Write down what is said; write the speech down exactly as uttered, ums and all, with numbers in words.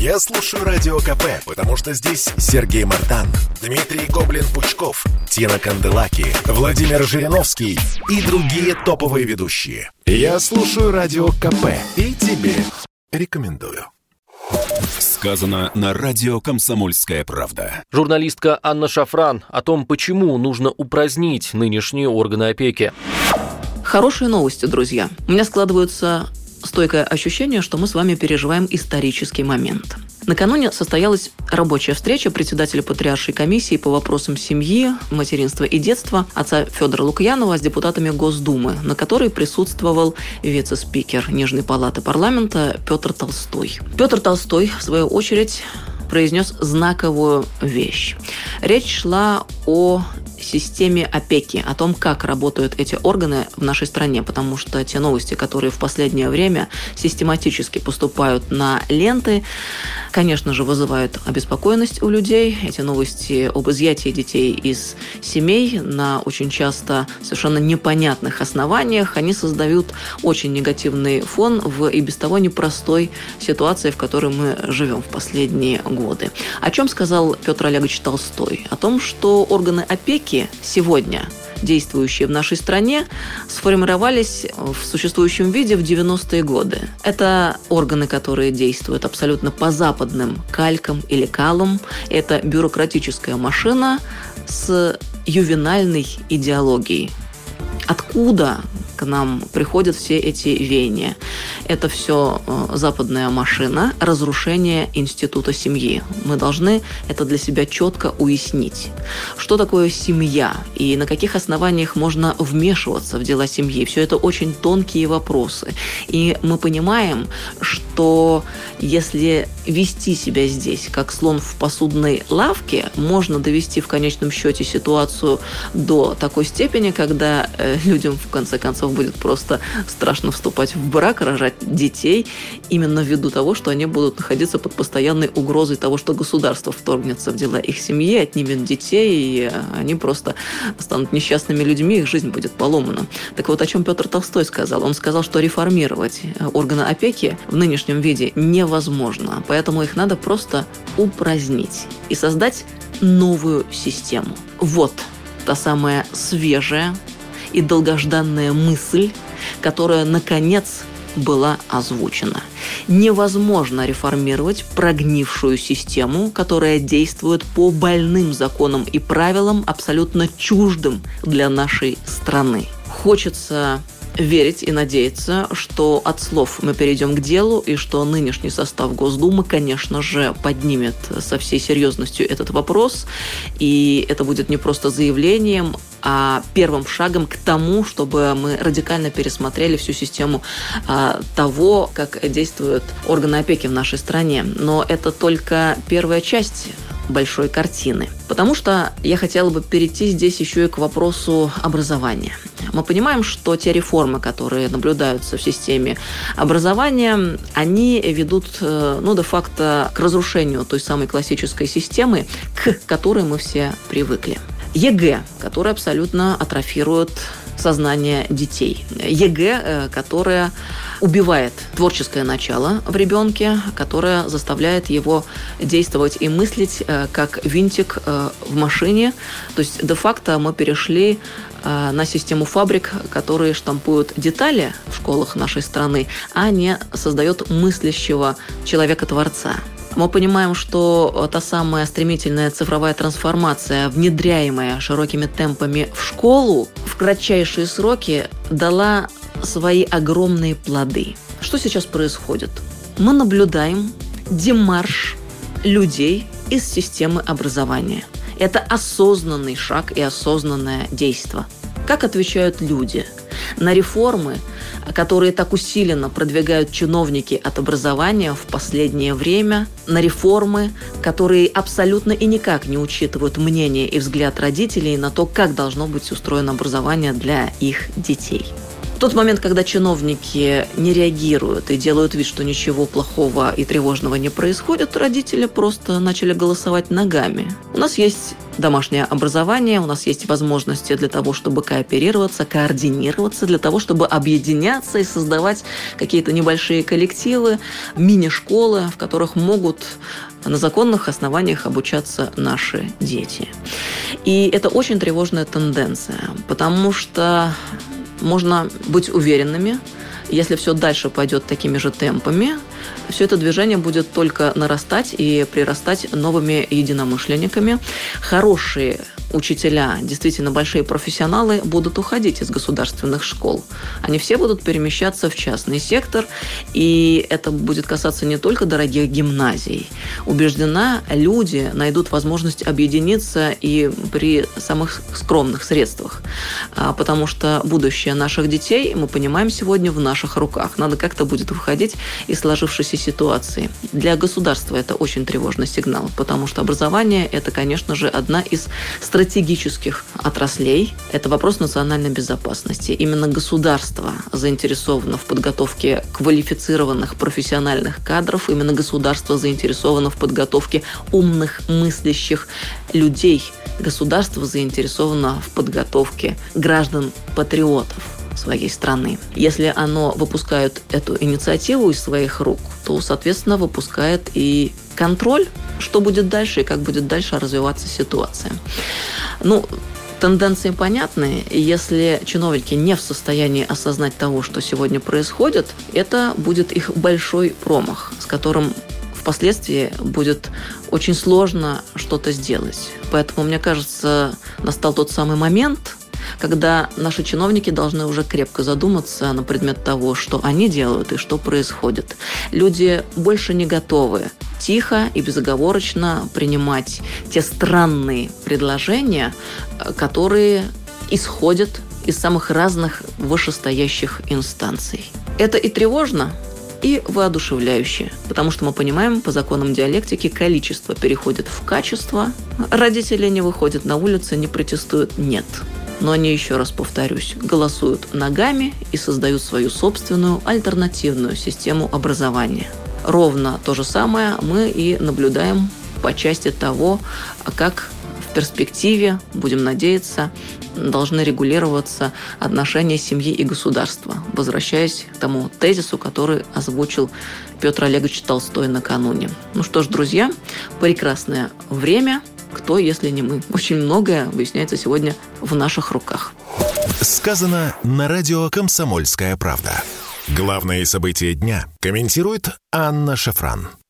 Я слушаю Радио КП, потому что здесь Сергей Мартан, Дмитрий Гоблин-Пучков, Тина Канделаки, Владимир Жириновский и другие топовые ведущие. Я слушаю Радио КП и тебе рекомендую. Сказано на радио «Комсомольская правда». Журналистка Анна Шафран о том, почему нужно упразднить нынешние органы опеки. Хорошие новости, друзья. У меня складывается стойкое ощущение, что мы с вами переживаем исторический момент. Накануне состоялась рабочая встреча председателя Патриаршей комиссии по вопросам семьи, материнства и детства отца Федора Лукьянова с депутатами Госдумы, на которой присутствовал вице-спикер Нижней палаты парламента Петр Толстой. Петр Толстой, в свою очередь, произнес знаковую вещь. Речь шла о системе опеки, о том, как работают эти органы в нашей стране, потому что те новости, которые в последнее время систематически поступают на ленты, конечно же, вызывают обеспокоенность у людей. Эти новости об изъятии детей из семей на очень часто совершенно непонятных основаниях, они создают очень негативный фон в и без того непростой ситуации, в которой мы живем в последние годы. О чем сказал Петр Олегович Толстой? О том, что органы опеки сегодня, действующие в нашей стране, сформировались в существующем виде в девяностые годы. Это органы, которые действуют абсолютно по западным калькам или калам. Это бюрократическая машина с ювенальной идеологией. Откуда к нам приходят все эти веяния? Это все западная машина разрушения института семьи. Мы должны это для себя четко уяснить. Что такое семья и на каких основаниях можно вмешиваться в дела семьи? Все это очень тонкие вопросы. И мы понимаем, что если вести себя здесь как слон в посудной лавке, можно довести в конечном счете ситуацию до такой степени, когда людям в конце концов будет просто страшно вступать в брак, рожать детей, именно ввиду того, что они будут находиться под постоянной угрозой того, что государство вторгнется в дела их семьи, отнимет детей, и они просто станут несчастными людьми, их жизнь будет поломана. Так вот, о чем Петр Толстой сказал? Он сказал, что реформировать органы опеки в нынешнем виде невозможно, поэтому их надо просто упразднить и создать новую систему. Вот та самая свежая и долгожданная мысль, которая, наконец, была озвучена. Невозможно реформировать прогнившую систему, которая действует по больным законам и правилам, абсолютно чуждым для нашей страны. Хочется верить и надеяться, что от слов мы перейдем к делу, и что нынешний состав Госдумы, конечно же, поднимет со всей серьезностью этот вопрос, и это будет не просто заявлением, а первым шагом к тому, чтобы мы радикально пересмотрели всю систему а, того, как действуют органы опеки в нашей стране. Но это только первая часть большой картины. Потому что я хотела бы перейти здесь еще и к вопросу образования. Мы понимаем, что те реформы, которые наблюдаются в системе образования, они ведут, ну, де-факто к разрушению той самой классической системы, к которой мы все привыкли. ЕГЭ, который абсолютно атрофирует сознание детей. ЕГЭ, которое убивает творческое начало в ребенке, которое заставляет его действовать и мыслить как винтик в машине. То есть де-факто мы перешли на систему фабрик, которые штампуют детали в школах нашей страны, а не создает мыслящего человека-творца. Мы понимаем, что та самая стремительная цифровая трансформация, внедряемая широкими темпами в школу, в кратчайшие сроки дала свои огромные плоды. Что сейчас происходит? Мы наблюдаем демарш людей из системы образования. Это осознанный шаг и осознанное действие. Как отвечают люди на реформы, которые так усиленно продвигают чиновники от образования в последнее время, на реформы, которые абсолютно и никак не учитывают мнение и взгляд родителей на то, как должно быть устроено образование для их детей? тот момент, когда чиновники не реагируют и делают вид, что ничего плохого и тревожного не происходит, родители просто начали голосовать ногами. У нас есть домашнее образование, у нас есть возможности для того, чтобы кооперироваться, координироваться, для того, чтобы объединяться и создавать какие-то небольшие коллективы, мини-школы, в которых могут на законных основаниях обучаться наши дети. И это очень тревожная тенденция, потому что можно быть уверенными, если все дальше пойдет такими же темпами, все это движение будет только нарастать и прирастать новыми единомышленниками. Хорошие учителя, действительно большие профессионалы будут уходить из государственных школ. Они все будут перемещаться в частный сектор, и это будет касаться не только дорогих гимназий. Убеждена, люди найдут возможность объединиться и при самых скромных средствах, потому что будущее наших детей, мы понимаем, сегодня в наших руках. Надо как-то будет выходить из сложившейся ситуации. Для государства это очень тревожный сигнал, потому что образование – это, конечно же, одна из стратегических стратегических отраслей. Это вопрос национальной безопасности. Именно государство заинтересовано в подготовке квалифицированных профессиональных кадров. Именно государство заинтересовано в подготовке умных, мыслящих людей. Государство заинтересовано в подготовке граждан-патриотов своей страны. Если оно выпускает эту инициативу из своих рук, то, соответственно, выпускает и контроль, что будет дальше и как будет дальше развиваться ситуация. Ну, тенденции понятны. Если чиновники не в состоянии осознать того, что сегодня происходит, это будет их большой промах, с которым впоследствии будет очень сложно что-то сделать. Поэтому, мне кажется, настал тот самый момент, когда наши чиновники должны уже крепко задуматься на предмет того, что они делают и что происходит. Люди больше не готовы тихо и безоговорочно принимать те странные предложения, которые исходят из самых разных вышестоящих инстанций. Это и тревожно, и воодушевляюще, потому что мы понимаем, по законам диалектики количество переходит в качество. Родители не выходят на улицы, не протестуют, нет. Но они, еще раз повторюсь, голосуют ногами и создают свою собственную альтернативную систему образования. Ровно то же самое мы и наблюдаем по части того, как в перспективе, будем надеяться, должны регулироваться отношения семьи и государства, возвращаясь к тому тезису, который озвучил Петр Олегович Толстой накануне. Ну что ж, друзья, прекрасное время. Кто, если не мы? Очень многое выясняется сегодня в наших руках. Сказано на радио «Комсомольская правда». Главные события дня комментирует Анна Шафран.